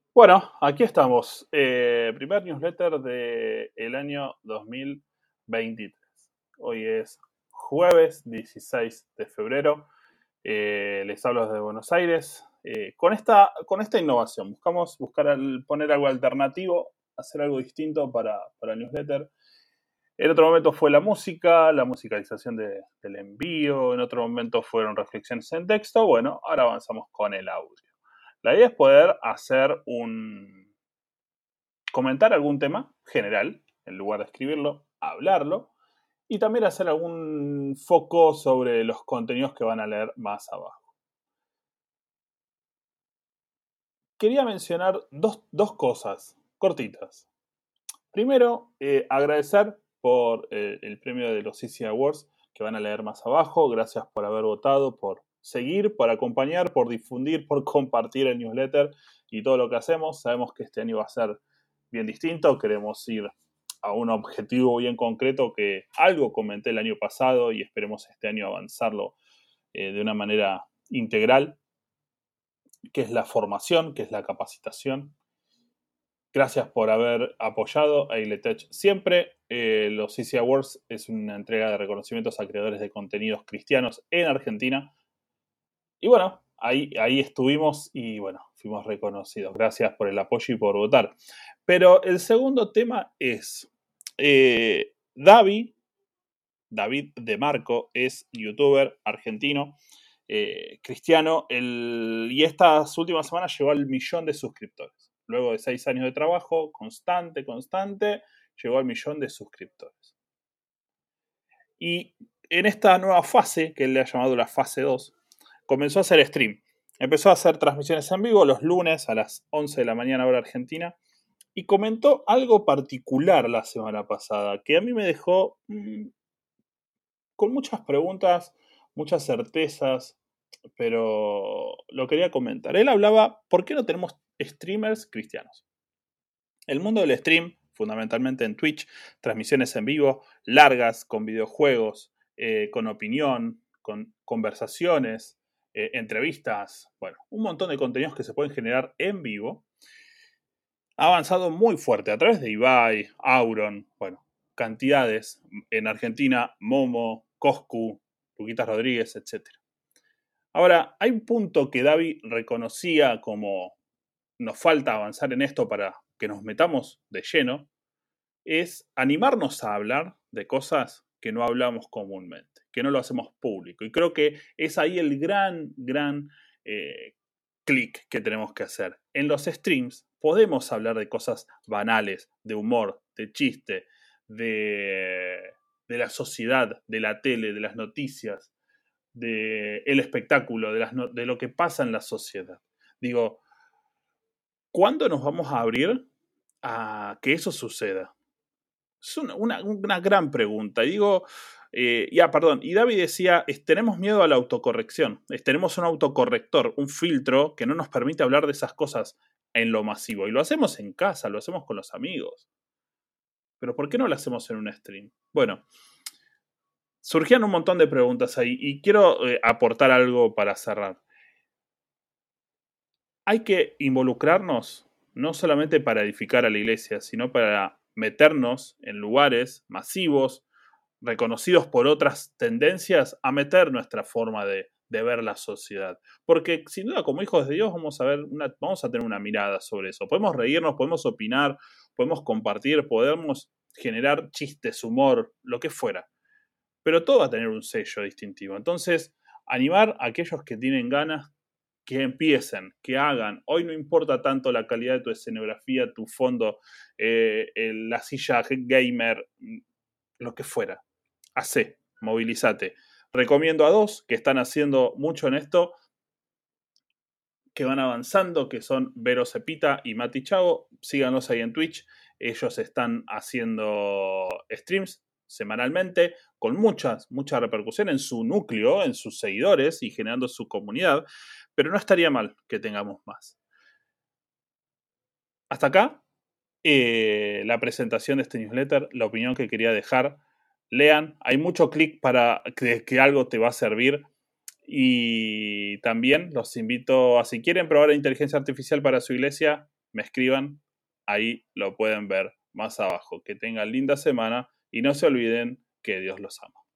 Bueno, aquí estamos. Primer newsletter del año 2023. Hoy es jueves 16 de febrero. Les hablo desde Buenos Aires. Con esta innovación, buscamos poner algo alternativo, hacer algo distinto para el newsletter. En otro momento fue la musicalización del envío. En otro momento fueron reflexiones en texto. Bueno, ahora avanzamos con el audio. La idea es poder comentar algún tema general, en lugar de escribirlo, hablarlo, y también hacer algún foco sobre los contenidos que van a leer más abajo. Quería mencionar dos cosas cortitas. Primero, agradecer por el premio de los CC Awards que van a leer más abajo. Gracias por haber votado, por seguir, por acompañar, por difundir, por compartir el newsletter y todo lo que hacemos. Sabemos que este año va a ser bien distinto. Queremos ir a un objetivo bien concreto que algo comenté el año pasado y esperemos este año avanzarlo de una manera integral, que es la formación, que es la capacitación. Gracias por haber apoyado a Iletech siempre. Los CC Awards es una entrega de reconocimientos a creadores de contenidos cristianos en Argentina. Y bueno, ahí estuvimos y bueno, fuimos reconocidos. Gracias por el apoyo y por votar. Pero el segundo tema es, David de Marco es youtuber argentino, cristiano, y estas últimas semanas llegó al 1.000.000 de suscriptores. Luego de 6 años de trabajo, constante, llegó al 1.000.000 de suscriptores. Y en esta nueva fase, que él le ha llamado la fase 2, comenzó a hacer stream. Empezó a hacer transmisiones en vivo los lunes a las 11 de la mañana hora argentina. Y comentó algo particular la semana pasada, que a mí me dejó con muchas preguntas, muchas certezas, pero lo quería comentar. Él hablaba, ¿por qué no tenemos streamers cristianos? El mundo del stream, fundamentalmente en Twitch, transmisiones en vivo, largas, con videojuegos, con opinión, con conversaciones, entrevistas, bueno, un montón de contenidos que se pueden generar en vivo, ha avanzado muy fuerte a través de Ibai, Auron, bueno, cantidades. En Argentina, Momo, Coscu, Luquitas Rodríguez, etc. Ahora, hay un punto que David reconocía como nos falta avanzar en esto para que nos metamos de lleno, es animarnos a hablar de cosas que no hablamos comúnmente, que no lo hacemos público. Y creo que es ahí el gran clic que tenemos que hacer. En los streams podemos hablar de cosas banales, de humor, de chiste, de la sociedad, de la tele, de las noticias, del espectáculo, de lo que pasa en la sociedad. Digo, ¿cuándo nos vamos a abrir a que eso suceda? Es una gran pregunta. Y digo, y David decía, tenemos miedo a la autocorrección. Tenemos un autocorrector, un filtro que no nos permite hablar de esas cosas en lo masivo. Y lo hacemos en casa, lo hacemos con los amigos. Pero ¿por qué no lo hacemos en un stream? Bueno, surgían un montón de preguntas ahí y quiero aportar algo para cerrar. Hay que involucrarnos no solamente para edificar a la iglesia, sino para meternos en lugares masivos, reconocidos por otras tendencias, a meter nuestra forma de ver la sociedad. Porque sin duda, como hijos de Dios, vamos a tener una mirada sobre eso. Podemos reírnos, podemos opinar, podemos compartir, podemos generar chistes, humor, lo que fuera. Pero todo va a tener un sello distintivo. Entonces, animar a aquellos que tienen ganas, que empiecen, que hagan. Hoy no importa tanto la calidad de tu escenografía, tu fondo, la silla gamer, lo que fuera. Hacé, movilízate. Recomiendo a dos que están haciendo mucho en esto, que van avanzando, que son Vero Cepita y Mati Chavo. Síganos ahí en Twitch. Ellos están haciendo streams semanalmente con mucha repercusión en su núcleo, en sus seguidores y generando su comunidad. Pero no estaría mal que tengamos más. Hasta acá la presentación de este newsletter, la opinión que quería dejar. Lean, hay mucho clic para que algo te va a servir. Y también los invito a, si quieren probar la inteligencia artificial para su iglesia, me escriban, ahí lo pueden ver más abajo. Que tengan linda semana y no se olviden que Dios los ama.